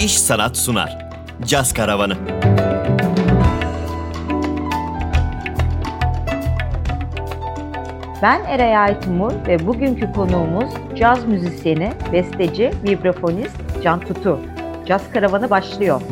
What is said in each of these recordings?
İş Sanat sunar. Caz Karavanı. Ben Eray Aytumur ve bugünkü konuğumuz caz müzisyeni, besteci, vibrafonist Can Tutu. Caz Karavanı başlıyor.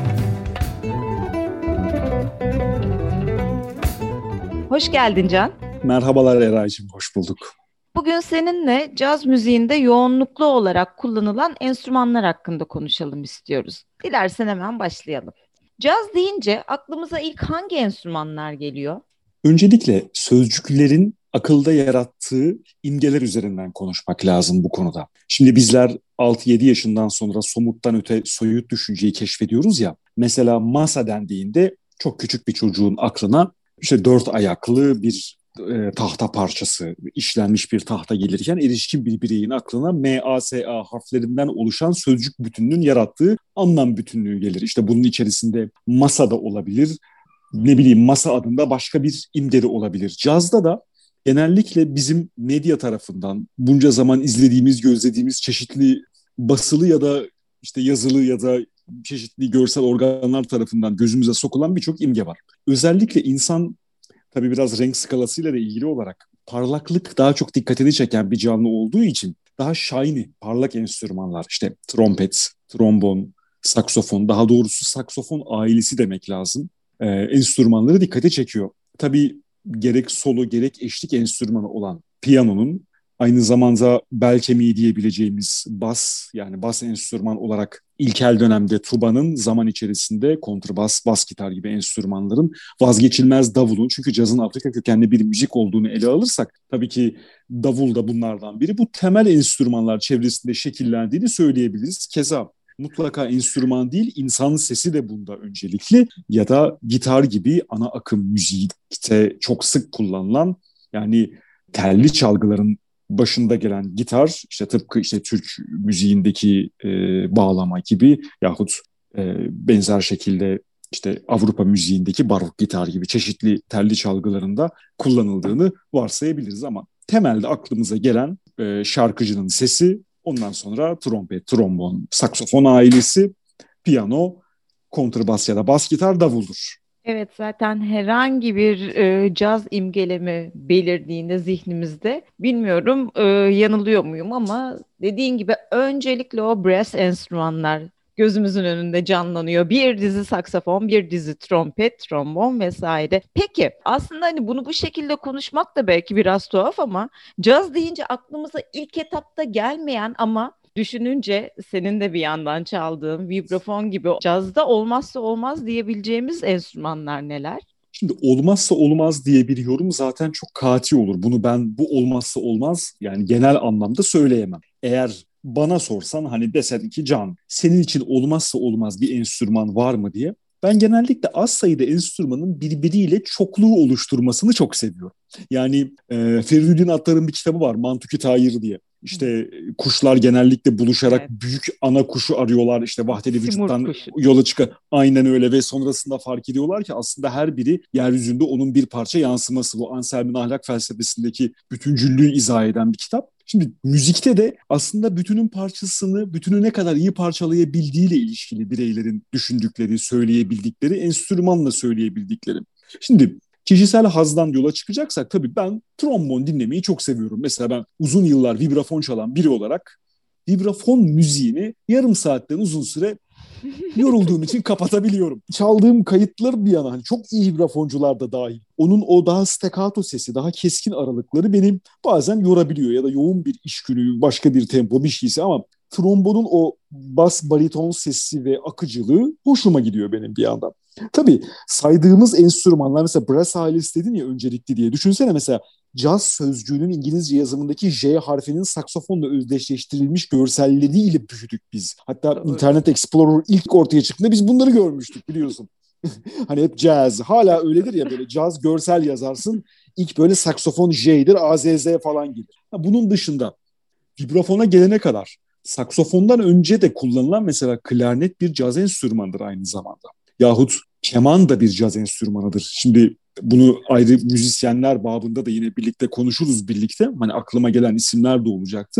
Hoş geldin Can. Merhabalar Eray'cığım, hoş bulduk. Bugün seninle caz müziğinde yoğunluklu olarak kullanılan enstrümanlar hakkında konuşalım istiyoruz. Dilersen hemen başlayalım. Caz deyince aklımıza ilk hangi enstrümanlar geliyor? Öncelikle sözcüklerin akılda yarattığı imgeler üzerinden konuşmak lazım bu konuda. Şimdi bizler 6-7 yaşından sonra somuttan öte soyut düşünceyi keşfediyoruz ya. Mesela masa dendiğinde çok küçük bir çocuğun aklına işte 4 ayaklı bir tahta parçası, işlenmiş bir tahta gelirken erişkin bir bireyin aklına M-A-S-A harflerinden oluşan sözcük bütününün yarattığı anlam bütünlüğü gelir. İşte bunun içerisinde masa da olabilir, ne bileyim masa adında başka bir imge de olabilir. Cazda da genellikle bizim medya tarafından bunca zaman izlediğimiz, gözlediğimiz çeşitli basılı ya da işte yazılı ya da çeşitli görsel organlar tarafından gözümüze sokulan birçok imge var. Özellikle insan tabii biraz renk skalasıyla da ilgili olarak parlaklık daha çok dikkatini çeken bir canlı olduğu için daha shiny, parlak enstrümanlar işte trompet, trombon, saksofon, daha doğrusu saksofon ailesi demek lazım. Enstrümanları dikkate çekiyor. Tabii gerek solo gerek eşlik enstrümanı olan piyanonun aynı zamanda bel kemiği diyebileceğimiz bas, yani bas enstrüman olarak ilkel dönemde tubanın, zaman içerisinde kontrbas, bas gitar gibi enstrümanların vazgeçilmez davulun, çünkü cazın Afrika kökenli bir müzik olduğunu ele alırsak tabii ki davul da bunlardan biri. Bu temel enstrümanlar çevresinde şekillendiğini söyleyebiliriz. Keza mutlaka enstrüman değil, insan sesi de bunda öncelikli, ya da gitar gibi ana akım müzikte çok sık kullanılan, yani telli çalgıların başında gelen gitar, işte tıpkı işte Türk müziğindeki bağlama gibi yahut benzer şekilde işte Avrupa müziğindeki barok gitar gibi çeşitli telli çalgılarında kullanıldığını varsayabiliriz, ama temelde aklımıza gelen şarkıcının sesi, ondan sonra trompet, trombon, saksofon ailesi, piyano, kontrbas ya da bas gitar, davuldur. Evet, zaten herhangi bir caz imgelemi belirdiğinde zihnimizde bilmiyorum yanılıyor muyum ama dediğin gibi öncelikle o brass enstrümanlar gözümüzün önünde canlanıyor. Bir dizi saksafon, bir dizi trompet, trombon vesaire. Peki aslında hani bunu bu şekilde konuşmak da belki biraz tuhaf ama caz deyince aklımıza ilk etapta gelmeyen ama düşününce senin de bir yandan çaldığın vibrafon gibi cazda olmazsa olmaz diyebileceğimiz enstrümanlar neler? Şimdi olmazsa olmaz diye bir yorum zaten çok kati olur. Bunu ben bu olmazsa olmaz yani genel anlamda söyleyemem. Eğer bana sorsan, hani desen ki Can, senin için olmazsa olmaz bir enstrüman var mı diye, ben genellikle az sayıda enstrümanın birbiriyle çokluğu oluşturmasını çok seviyorum. Yani Feridun Attar'ın bir kitabı var, Mantuki Tayir diye. İşte kuşlar genellikle buluşarak Evet. büyük ana kuşu arıyorlar. İşte vahdeli Simurg vücuttan kuşu. yola çıkar. Aynen öyle, ve sonrasında fark ediyorlar ki aslında her biri yeryüzünde onun bir parça yansıması. Bu Anselm'in ahlak felsefesindeki bütüncüllüğü izah eden bir kitap. Şimdi müzikte de aslında bütünün parçasını, bütünü ne kadar iyi parçalayabildiğiyle ilişkili bireylerin düşündükleri, söyleyebildikleri, enstrümanla söyleyebildikleri. Şimdi kişisel hazdan yola çıkacaksak tabii ben trombon dinlemeyi çok seviyorum. Mesela ben uzun yıllar vibrafon çalan biri olarak vibrafon müziğini yarım saatten uzun süre yorulduğum için kapatabiliyorum. Çaldığım kayıtlar bir yana, hani çok iyi vibrafoncular da dahil, onun o daha staccato sesi, daha keskin aralıkları beni bazen yorabiliyor, ya da yoğun bir iş günü, başka bir tempo bir şeyse, ama trombonun o bas bariton sesi ve akıcılığı hoşuma gidiyor benim bir yandan. Tabii saydığımız enstrümanlar, mesela brass ailesi dedin ya öncelikli diye. Düşünsene mesela caz sözcüğünün İngilizce yazımındaki J harfinin saksafonla özdeşleştirilmiş görselleriyle büyüdük biz. Hatta Doğru. Internet Explorer ilk ortaya çıktığında biz bunları görmüştük, biliyorsun. Hani hep jazz. Hala öyledir ya, böyle caz görsel yazarsın. İlk böyle saksofon J'dir, AZZ falan gelir. Bunun dışında vibrafona gelene kadar saksofondan önce de kullanılan mesela klarnet bir caz enstrümanıdır aynı zamanda. Yahut keman da bir caz enstrümanıdır. Şimdi bunu ayrı müzisyenler babında da yine birlikte konuşuruz birlikte. Hani aklıma gelen isimler de olacaktır.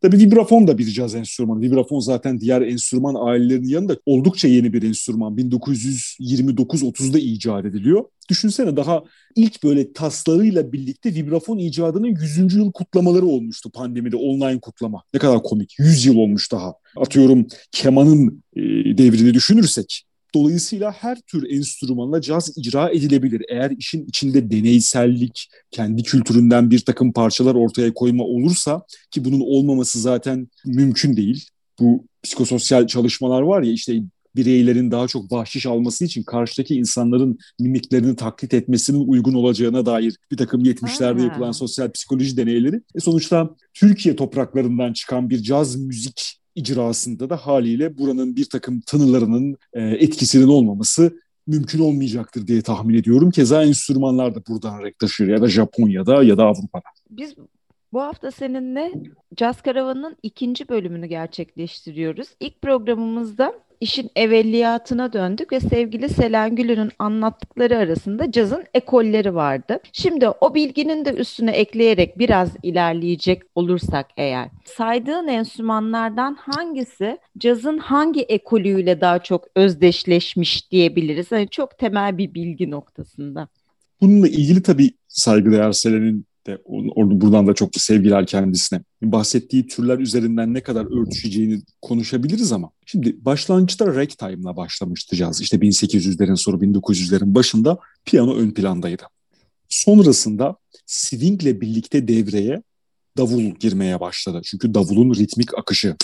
Tabii vibrafon da bir caz enstrümanı. Vibrafon zaten diğer enstrüman ailelerinin yanında oldukça yeni bir enstrüman. 1929-30'da icat ediliyor. Düşünsene, daha ilk böyle taslarıyla birlikte vibrafon icadının 100. yıl kutlamaları olmuştu pandemide, online kutlama. Ne kadar komik. 100 yıl olmuş daha. Atıyorum kemanın devrini düşünürsek. Dolayısıyla her tür enstrümanla caz icra edilebilir. Eğer işin içinde deneysellik, kendi kültüründen bir takım parçalar ortaya koyma olursa, ki bunun olmaması zaten mümkün değil. Bu psikososyal çalışmalar var ya, işte bireylerin daha çok bahşiş alması için karşıdaki insanların mimiklerini taklit etmesinin uygun olacağına dair bir takım 70'lerde yapılan sosyal psikoloji deneyleri. Sonuçta Türkiye topraklarından çıkan bir caz müzik icrasında da haliyle buranın bir takım tınılarının etkisinin olmaması mümkün olmayacaktır diye tahmin ediyorum. Keza enstrümanlar da buradan renk taşıyor, ya da Japonya'da ya da Avrupa'da. Biz bu hafta seninle Caz Karavanı'nın 2. bölümünü gerçekleştiriyoruz. İlk programımızda işin evveliyatına döndük ve sevgili Selen Gül'ün anlattıkları arasında cazın ekolleri vardı. Şimdi o bilginin de üstüne ekleyerek biraz ilerleyecek olursak eğer, saydığın enstrümanlardan hangisi cazın hangi ekolüyle daha çok özdeşleşmiş diyebiliriz? Yani çok temel bir bilgi noktasında. Bununla ilgili tabii saygıdeğer Selen'in de buradan da çok sevgiler kendisine. Bahsettiği türler üzerinden ne kadar örtüşeceğini konuşabiliriz ama şimdi başlangıçta ragtime'la başlamıştı caz. İşte 1800'lerin sonu 1900'lerin başında piyano ön plandaydı. Sonrasında swingle birlikte devreye davul girmeye başladı. Çünkü davulun ritmik akışı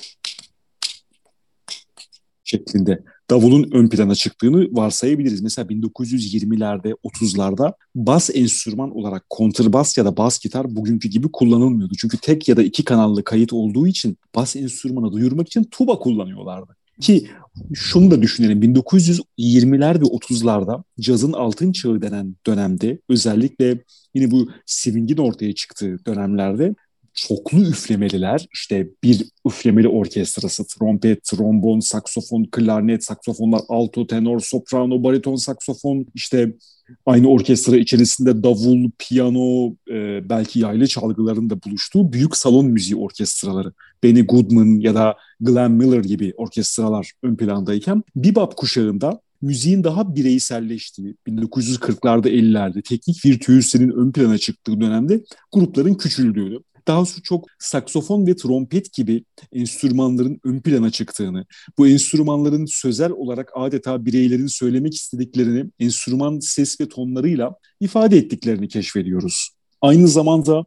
şeklinde davulun ön plana çıktığını varsayabiliriz. Mesela 1920'lerde, 30'larda bas enstrüman olarak kontrbas ya da bas gitar bugünkü gibi kullanılmıyordu. Çünkü tek ya da 2 kanallı kayıt olduğu için bas enstrümanı duyurmak için tuba kullanıyorlardı. Ki şunu da düşünelim, 1920'ler ve 30'larda cazın altın çağı denen dönemde, özellikle yine bu swing'in ortaya çıktığı dönemlerde çoklu üflemeliler, işte bir üflemeli orkestrası, trompet, trombon, saksofon, klarnet, saksofonlar, alto, tenor, soprano, bariton saksofon, işte aynı orkestra içerisinde davul, piyano, belki yaylı çalgıların da buluştuğu büyük salon müziği orkestraları, Benny Goodman ya da Glenn Miller gibi orkestralar ön plandayken, bebop kuşağında müziğin daha bireyselleştiği, 1940'larda 50'lerde teknik virtüözlerin ön plana çıktığı dönemde grupların küçüldüğünü, daha çok saksofon ve trompet gibi enstrümanların ön plana çıktığını, bu enstrümanların sözel olarak adeta bireylerin söylemek istediklerini enstrüman ses ve tonlarıyla ifade ettiklerini keşfediyoruz. Aynı zamanda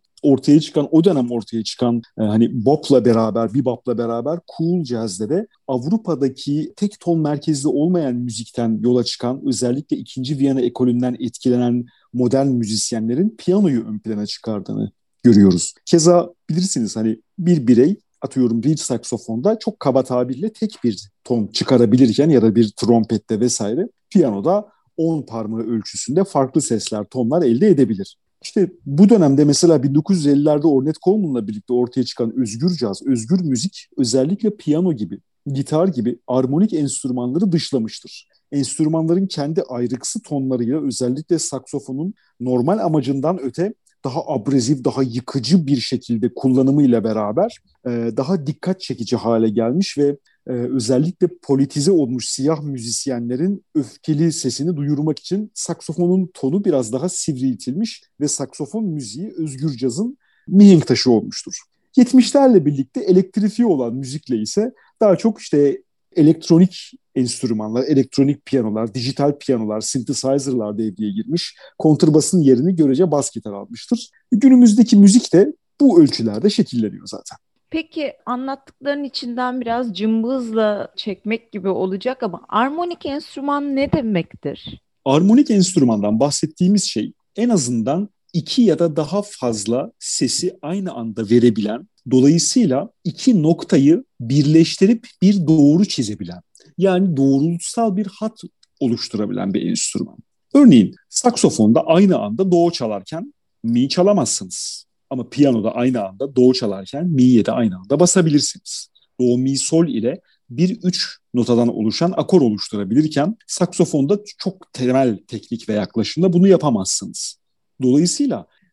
o dönem ortaya çıkan hani bebop'la beraber cool jazz'de de Avrupa'daki tek ton merkezli olmayan müzikten yola çıkan, özellikle 2. Viyana ekolünden etkilenen modern müzisyenlerin piyanoyu ön plana çıkardığını görüyoruz. Keza bilirsiniz, hani bir birey atıyorum bir saksofonda çok kaba tabirle tek bir ton çıkarabilirken ya da bir trompette vesaire, piyanoda 10 parmağı ölçüsünde farklı sesler, tonlar elde edebilir. İşte bu dönemde mesela 1950'lerde Ornette Coleman'la birlikte ortaya çıkan özgür caz, özgür müzik özellikle piyano gibi, gitar gibi armonik enstrümanları dışlamıştır. Enstrümanların kendi ayrıksı tonlarıyla, özellikle saksofonun normal amacından öte daha abrezif, daha yıkıcı bir şekilde kullanımıyla beraber daha dikkat çekici hale gelmiş ve özellikle politize olmuş siyah müzisyenlerin öfkeli sesini duyurmak için saksofonun tonu biraz daha sivriltilmiş ve saksofon müziği özgür cazın mihenk taşı olmuştur. 70'lerle birlikte elektrifiye olan müzikle ise daha çok işte elektronik enstrümanlar, elektronik piyanolar, dijital piyanolar, synthesizer'lar devreye girmiş. Kontrbasın yerini görece bas gitar almıştır. Günümüzdeki müzik de bu ölçülerde şekilleniyor zaten. Peki anlattıkların içinden biraz cımbızla çekmek gibi olacak ama armonik enstrüman ne demektir? Armonik enstrümandan bahsettiğimiz şey en azından 2 ya da daha fazla sesi aynı anda verebilen, dolayısıyla 2 noktayı birleştirip bir doğru çizebilen, yani doğrultusal bir hat oluşturabilen bir enstrüman. Örneğin saksofonda aynı anda do çalarken mi çalamazsınız. Ama piyanoda aynı anda do çalarken mi'ye de aynı anda basabilirsiniz. Do, mi, sol ile 1-3 notadan oluşan akor oluşturabilirken saksofonda çok temel teknik ve yaklaşımda bunu yapamazsınız. Dolayısıyla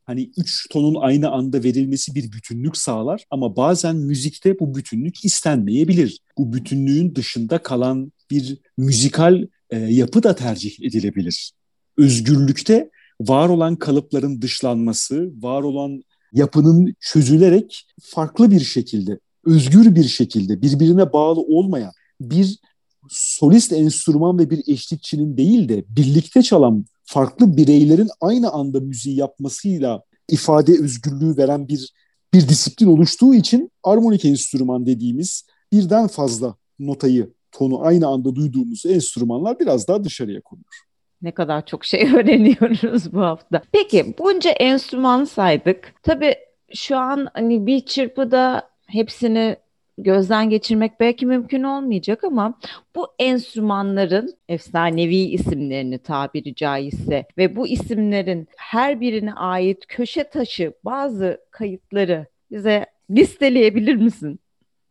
hani 3 tonun aynı anda verilmesi bir bütünlük sağlar ama bazen müzikte bu bütünlük istenmeyebilir. Bu bütünlüğün dışında kalan bir müzikal yapı da tercih edilebilir. Özgürlükte var olan kalıpların dışlanması, var olan yapının çözülerek farklı bir şekilde, özgür bir şekilde birbirine bağlı olmayan bir solist enstrüman ve bir eşlikçinin değil de birlikte çalan farklı bireylerin aynı anda müziği yapmasıyla ifade özgürlüğü veren bir disiplin oluştuğu için armonik enstrüman dediğimiz birden fazla notayı, tonu aynı anda duyduğumuz enstrümanlar biraz daha dışarıya konur. Ne kadar çok şey öğreniyoruz bu hafta. Peki bunca enstrüman saydık. Tabii şu an hani bir çırpıda hepsini gözden geçirmek belki mümkün olmayacak ama bu enstrümanların efsanevi isimlerini tabiri caizse ve bu isimlerin her birine ait köşe taşı bazı kayıtları bize listeleyebilir misin?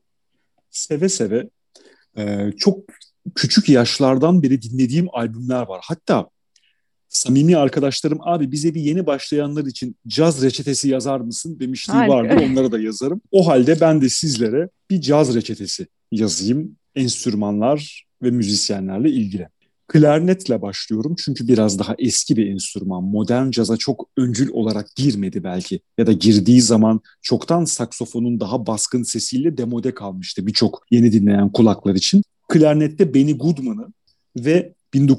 Seve seve. Çok küçük yaşlardan beri dinlediğim albümler var. Hatta samimi arkadaşlarım abi bize bir yeni başlayanlar için caz reçetesi yazar mısın demişliği Harika. vardır. Onlara da yazarım. O halde ben de sizlere bir caz reçetesi yazayım. Enstrümanlar ve müzisyenlerle ilgili. Klarnetle başlıyorum çünkü biraz daha eski bir enstrüman. Modern caza çok öncül olarak girmedi belki. Ya da girdiği zaman çoktan saksofonun daha baskın sesiyle demode kalmıştı birçok yeni dinleyen kulaklar için. Klarnette Benny Goodman'ı ve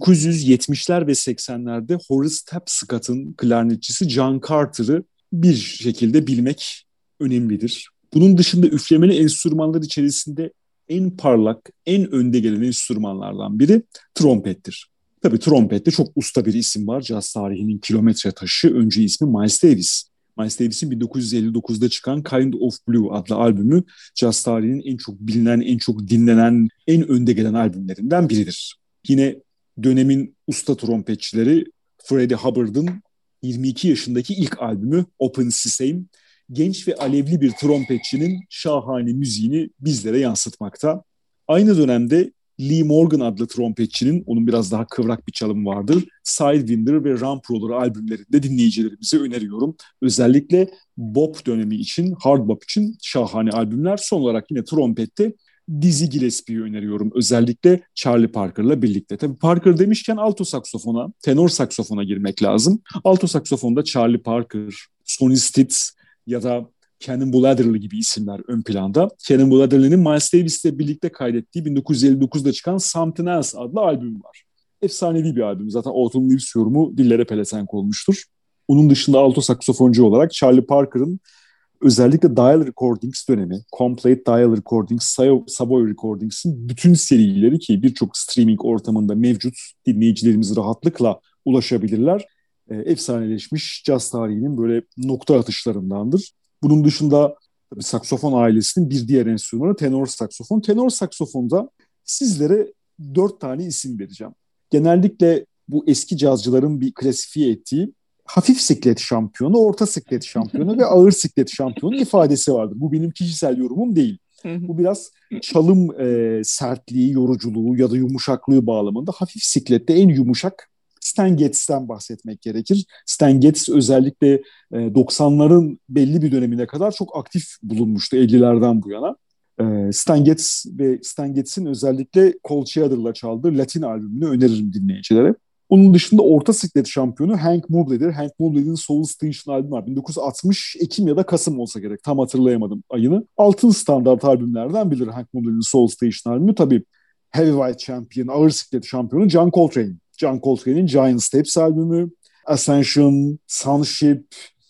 1970'ler ve 80'lerde Horace Tapscott'ın klarnetçisi John Carter'ı bir şekilde bilmek önemlidir. Bunun dışında üflemeli enstrümanlar içerisinde en parlak, en önde gelen enstrümanlardan biri trompettir. Tabii trompette çok usta bir isim var. Caz tarihinin kilometre taşı. Önce ismi Miles Davis. Miles Davis'in 1959'da çıkan Kind of Blue adlı albümü caz tarihinin en çok bilinen, en çok dinlenen, en önde gelen albümlerinden biridir. Yine dönemin usta trompetçileri Freddie Hubbard'ın 22 yaşındaki ilk albümü Open Sesame, genç ve alevli bir trompetçinin şahane müziğini bizlere yansıtmakta. Aynı dönemde Lee Morgan adlı trompetçinin, onun biraz daha kıvrak bir çalımı vardır, Sidewinder ve Rump Roller albümlerinde dinleyicilerimize öneriyorum. Özellikle bop dönemi için, hard bop için şahane albümler. Son olarak yine trompette Dizzy Gillespie'yi öneriyorum. Özellikle Charlie Parker'la birlikte. Tabii Parker demişken alto saksofona, tenor saksofona girmek lazım. Alto saksofonda Charlie Parker, Sonny Stitt ya da Cannonball Adderley gibi isimler ön planda. Cannonball Adderley'nin Miles Davis'le birlikte kaydettiği 1959'da çıkan Something Else adlı albüm var. Efsanevi bir albüm. Zaten Autumn Leaves yorumu dillere pelesenk olmuştur. Onun dışında alto saksofoncu olarak Charlie Parker'ın özellikle Dial Recordings dönemi, Complete Dial Recordings, Savoy Recordings'in bütün serileri ki birçok streaming ortamında mevcut, dinleyicilerimiz rahatlıkla ulaşabilirler. Efsaneleşmiş caz tarihinin böyle nokta atışlarındandır. Bunun dışında tabii saksofon ailesinin bir diğer enstrümanı tenor saksofon. Tenor saksofonda sizlere 4 tane isim vereceğim. Genellikle bu eski cazcıların bir klasifiye ettiği hafif siklet şampiyonu, orta siklet şampiyonu ve ağır siklet şampiyonu ifadesi vardır. Bu benim kişisel yorumum değil. Bu biraz çalım sertliği, yoruculuğu ya da yumuşaklığı bağlamında hafif siklette en yumuşak Stan Getz'ten bahsetmek gerekir. Stan Getz özellikle 90'ların belli bir dönemine kadar çok aktif bulunmuştu 50'lerden bu yana. Stan Getz ve Stan Getz'in özellikle Cole Cheadle'la çaldığı Latin albümünü öneririm dinleyicilere. Onun dışında orta siklet şampiyonu Hank Moble'dir. Hank Moble'nin Soul Station albümü var. 1960 Ekim ya da Kasım olsa gerek. Tam hatırlayamadım ayını. Altın standart albümlerden biri Hank Moble'nin Soul Station albümü. Tabii Heavyweight Champion, ağır siklet şampiyonu John Coltrane. John Coltrane'in Giant Steps albümü, Ascension, Sunship,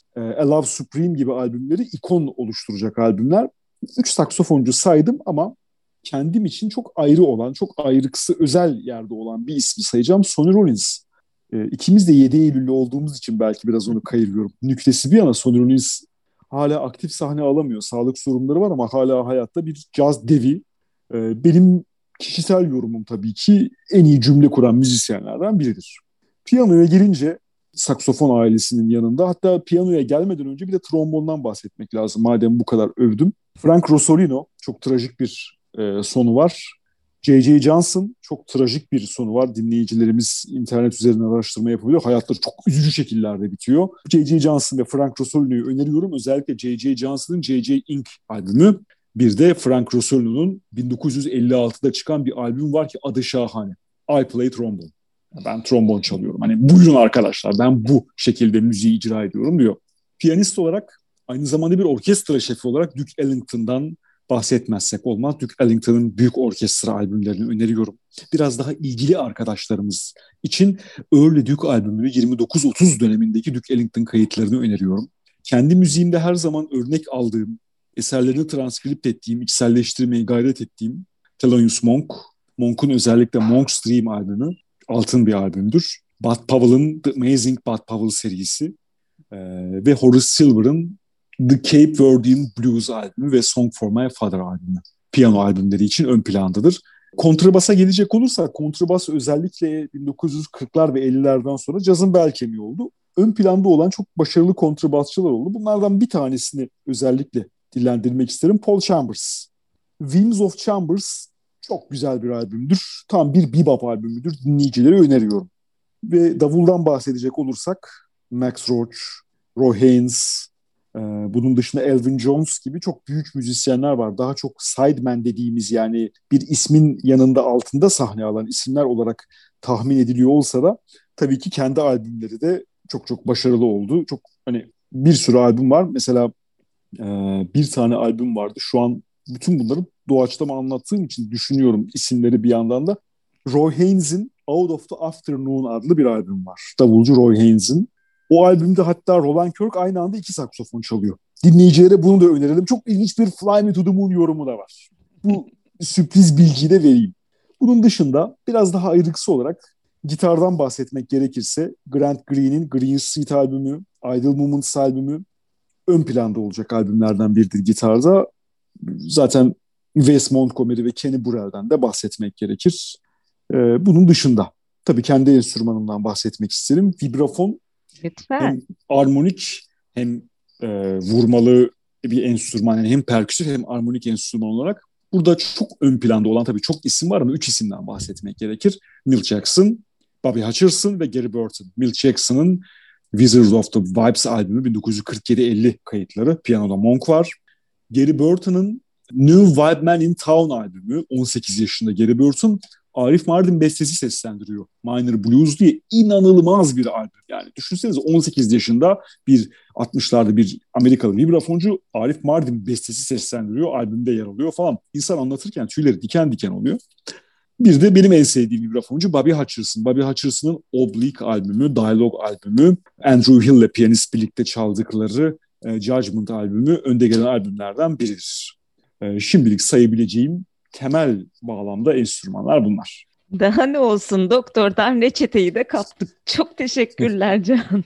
A Love Supreme gibi albümleri ikon oluşturacak albümler. 3 saksofoncu saydım ama kendim için çok ayrı olan, çok ayrıksı, özel yerde olan bir ismi sayacağım. Sonny Rollins. İkimiz de 7 Eylül'lü olduğumuz için belki biraz onu kayırıyorum. Nüktesi bir yana Sonny Rollins hala aktif sahne alamıyor. Sağlık sorunları var ama hala hayatta bir caz devi. Benim kişisel yorumum tabii ki en iyi cümle kuran müzisyenlerden biridir. Piyanoya gelince saksofon ailesinin yanında, hatta piyanoya gelmeden önce bir de trombondan bahsetmek lazım madem bu kadar övdüm. Frank Rosolino, çok trajik bir sonu var. J.J. Johnson, çok trajik bir sonu var. Dinleyicilerimiz internet üzerinden araştırma yapabiliyor. Hayatları çok üzücü şekillerde bitiyor. J.J. Johnson ve Frank Rossellino'yu öneriyorum. Özellikle J.J. Johnson'ın J.J. Inc. albümü. Bir de Frank Rossellino'nun 1956'da çıkan bir albüm var ki adı şahane. I Play Trombone. Ben trombon çalıyorum. Hani buyurun arkadaşlar, ben bu şekilde müziği icra ediyorum diyor. Piyanist olarak, aynı zamanda bir orkestra şefi olarak Duke Ellington'dan bahsetmezsek olmaz. Duke Ellington'ın büyük orkestra albümlerini öneriyorum. Biraz daha ilgili arkadaşlarımız için Early Duke albümünü, 29-30 dönemindeki Duke Ellington kayıtlarını öneriyorum. Kendi müziğimde her zaman örnek aldığım, eserlerini transkript ettiğim, içselleştirmeye gayret ettiğim Thelonious Monk. Monk'un özellikle Monk's Dream albümü altın bir albümdür. Bud Powell'ın The Amazing Bud Powell serisi ve Horace Silver'ın The Cape Verdean Blues albümü ve Song for My Father albümü. Piyano albümleri için ön plandadır. Kontrabasa gelecek olursak, kontrabas özellikle 1940'lar ve 50'lerden sonra cazın bel kemiği oldu. Ön planda olan çok başarılı kontrabasçılar oldu. Bunlardan bir tanesini özellikle dillendirmek isterim. Paul Chambers. Winds of Chambers çok güzel bir albümdür. Tam bir bebop albümüdür. Dinleyicilere öneriyorum. Ve davuldan bahsedecek olursak Max Roach, Roy Haynes, bunun dışında Elvin Jones gibi çok büyük müzisyenler var. Daha çok sideman dediğimiz, yani bir ismin yanında altında sahne alan isimler olarak tahmin ediliyor olsa da tabii ki kendi albümleri de çok çok başarılı oldu. Çok hani bir sürü albüm var. Mesela bir tane albüm vardı. Şu an bütün bunları doğaçlama anlattığım için düşünüyorum isimleri bir yandan da. Roy Haynes'in Out of the Afternoon adlı bir albüm var. Davulcu Roy Haynes'in. O albümde hatta Roland Kirk aynı anda 2 saksofon çalıyor. Dinleyicilere bunu da önerelim. Çok ilginç bir Fly Me to the Moon yorumu da var. Bu sürpriz bilgiyi de vereyim. Bunun dışında biraz daha ayrıksı olarak gitardan bahsetmek gerekirse Grant Green'in Green Street albümü, Idle Moments albümü ön planda olacak albümlerden biridir gitarda. Zaten Wes Montgomery ve Kenny Burrell'den de bahsetmek gerekir. Bunun dışında tabii kendi enstrümanımdan bahsetmek isterim. Vibrafon Lütfen. hem armonik hem vurmalı bir enstrüman, yani hem perküsif hem armonik enstrüman olarak. Burada çok ön planda olan, tabii çok isim var ama 3 isimden bahsetmek gerekir. Milt Jackson, Bobby Hutcherson ve Gary Burton. Milt Jackson'ın Wizards of the Vibes albümü 1947-50 kayıtları. Piyanoda Monk var. Gary Burton'ın New Vibe Man in Town albümü. 18 yaşında Gary Burton. Arif Mardin bestesi seslendiriyor. Minor Blues diye inanılmaz bir albüm. Yani düşünsenize 18 yaşında bir 60'larda bir Amerikalı vibrafoncu Arif Mardin bestesi seslendiriyor. Albümde yer alıyor falan. İnsan anlatırken tüyleri diken diken oluyor. Bir de benim en sevdiğim vibrafoncu Bobby Hutcherson. Bobby Hutcherson'ın Oblique albümü, Dialogue albümü, Andrew Hill ile piyanist birlikte çaldıkları Judgment albümü önde gelen albümlerden biridir. Şimdilik sayabileceğim temel bağlamda enstrümanlar bunlar. Daha ne olsun, doktordan reçeteyi de kaptık. Çok teşekkürler Can.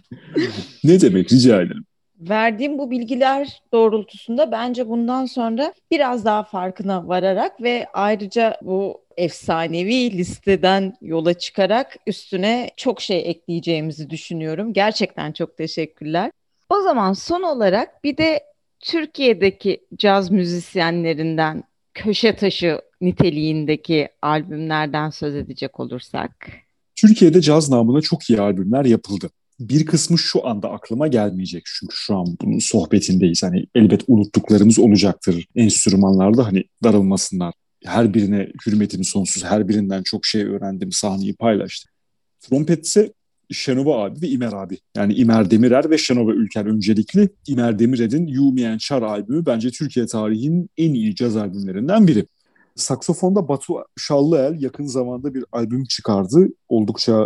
Ne demek, rica ederim. Verdiğim bu bilgiler doğrultusunda bence bundan sonra biraz daha farkına vararak ve ayrıca bu efsanevi listeden yola çıkarak üstüne çok şey ekleyeceğimizi düşünüyorum. Gerçekten çok teşekkürler. O zaman son olarak bir de Türkiye'deki caz müzisyenlerinden köşe taşı niteliğindeki albümlerden söz edecek olursak. Türkiye'de caz namına çok iyi albümler yapıldı. Bir kısmı şu anda aklıma gelmeyecek çünkü şu an bunun sohbetindeyiz. Hani elbet unuttuklarımız olacaktır enstrümanlarda, hani darılmasınlar. Her birine hürmetim sonsuz, her birinden çok şey öğrendim, sahneyi paylaştım. Trompet ise Şenova abi ve İmer abi. Yani İmer Demirer ve Şenova Ülker öncelikli. İmer Demirer'in You Me and Char albümü bence Türkiye tarihinin en iyi caz albümlerinden biri. Saksafonda Batu Şallıel yakın zamanda bir albüm çıkardı. Oldukça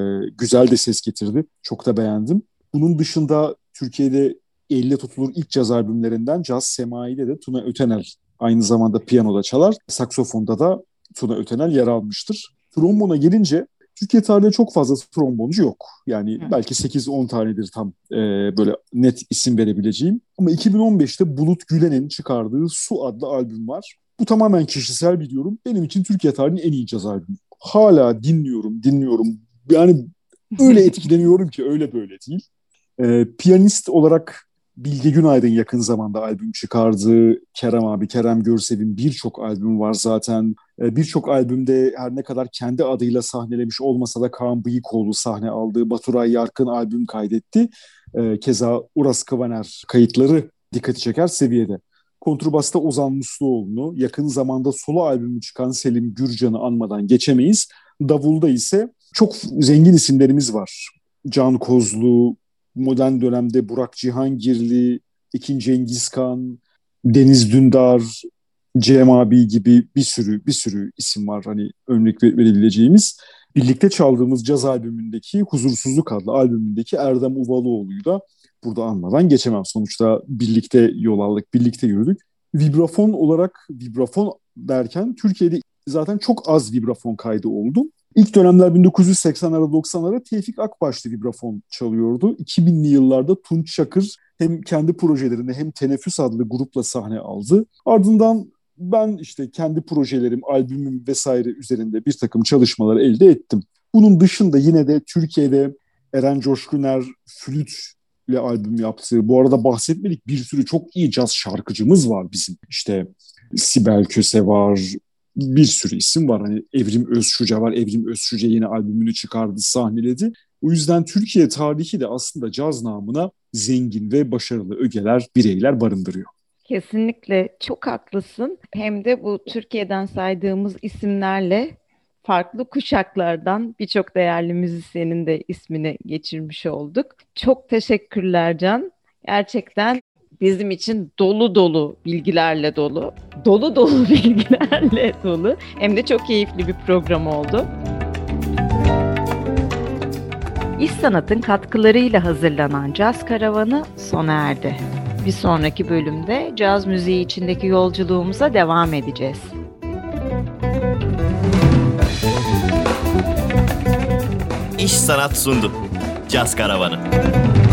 güzel de ses getirdi. Çok da beğendim. Bunun dışında Türkiye'de elle tutulur ilk caz albümlerinden Caz Semai'de de Tuna Ötenel aynı zamanda piyanoda çalar. Saksafonda da Tuna Ötenel yer almıştır. Trombona gelince Türkiye tarihinde çok fazla tromboncu yok. Yani belki 8-10 tanedir tam böyle net isim verebileceğim. Ama 2015'te Bulut Gülen'in çıkardığı Su adlı albüm var. Bu tamamen kişisel bir yorum. Benim için Türkiye tarihinin en iyi caz albümü. Hala dinliyorum. Yani öyle etkileniyorum ki öyle böyle değil. Piyanist olarak Bilge Günaydın yakın zamanda albüm çıkardı. Kerem abi, Kerem Görsel'in birçok albümü var zaten. Birçok albümde her ne kadar kendi adıyla sahnelemiş olmasa da Kaan Bıyıkoğlu sahne aldı. Baturay Yarkın albüm kaydetti. Keza Uras Kavaner kayıtları dikkati çeker seviyede. Kontrbasta Ozan Musluoğlu'nu, yakın zamanda solo albümü çıkan Selim Gürcan'ı anmadan geçemeyiz. Davulda ise çok zengin isimlerimiz var. Can Kozlu, modern dönemde Burak Cihangirli, Ekin Cengizkan, Deniz Dündar, Cem abi gibi bir sürü isim var hani örnek verebileceğimiz. Birlikte çaldığımız caz albümündeki Huzursuzluk adlı albümündeki Erdem Uvalıoğlu'yu da burada anmadan geçemem. Sonuçta birlikte yol aldık, birlikte yürüdük. Vibrafon olarak, vibrafon derken Türkiye'de zaten çok az vibrafon kaydı oldu. İlk dönemler 1980'lara 90'lara Tevfik Akbaş'ta vibrafon çalıyordu. 2000'li yıllarda Tunç Çakır hem kendi projelerinde hem Teneffüs adlı grupla sahne aldı. Ardından ben işte kendi projelerim, albümüm vesaire üzerinde bir takım çalışmalar elde ettim. Bunun dışında yine de Türkiye'de Eren Coşkuner flütle albüm yaptı. Bu arada bahsetmedik, bir sürü çok iyi caz şarkıcımız var bizim. İşte Sibel Köse var, bir sürü isim var. Hani Evrim Özşuca var. Evrim Özşuca yeni albümünü çıkardı, sahneledi. O yüzden Türkiye tarihi de aslında caz namına zengin ve başarılı ögeler, bireyler barındırıyor. Kesinlikle çok haklısın. Hem de bu Türkiye'den saydığımız isimlerle farklı kuşaklardan birçok değerli müzisyenin de ismini geçirmiş olduk. Çok teşekkürler Can. Gerçekten bizim için dolu dolu bilgilerle dolu, dolu dolu bilgilerle dolu. Hem de çok keyifli bir program oldu. İş Sanat'ın katkılarıyla hazırlanan Caz Karavanı sona erdi. Bir sonraki bölümde caz müziği içindeki yolculuğumuza devam edeceğiz. İş Sanat sundu. Caz Karavanı.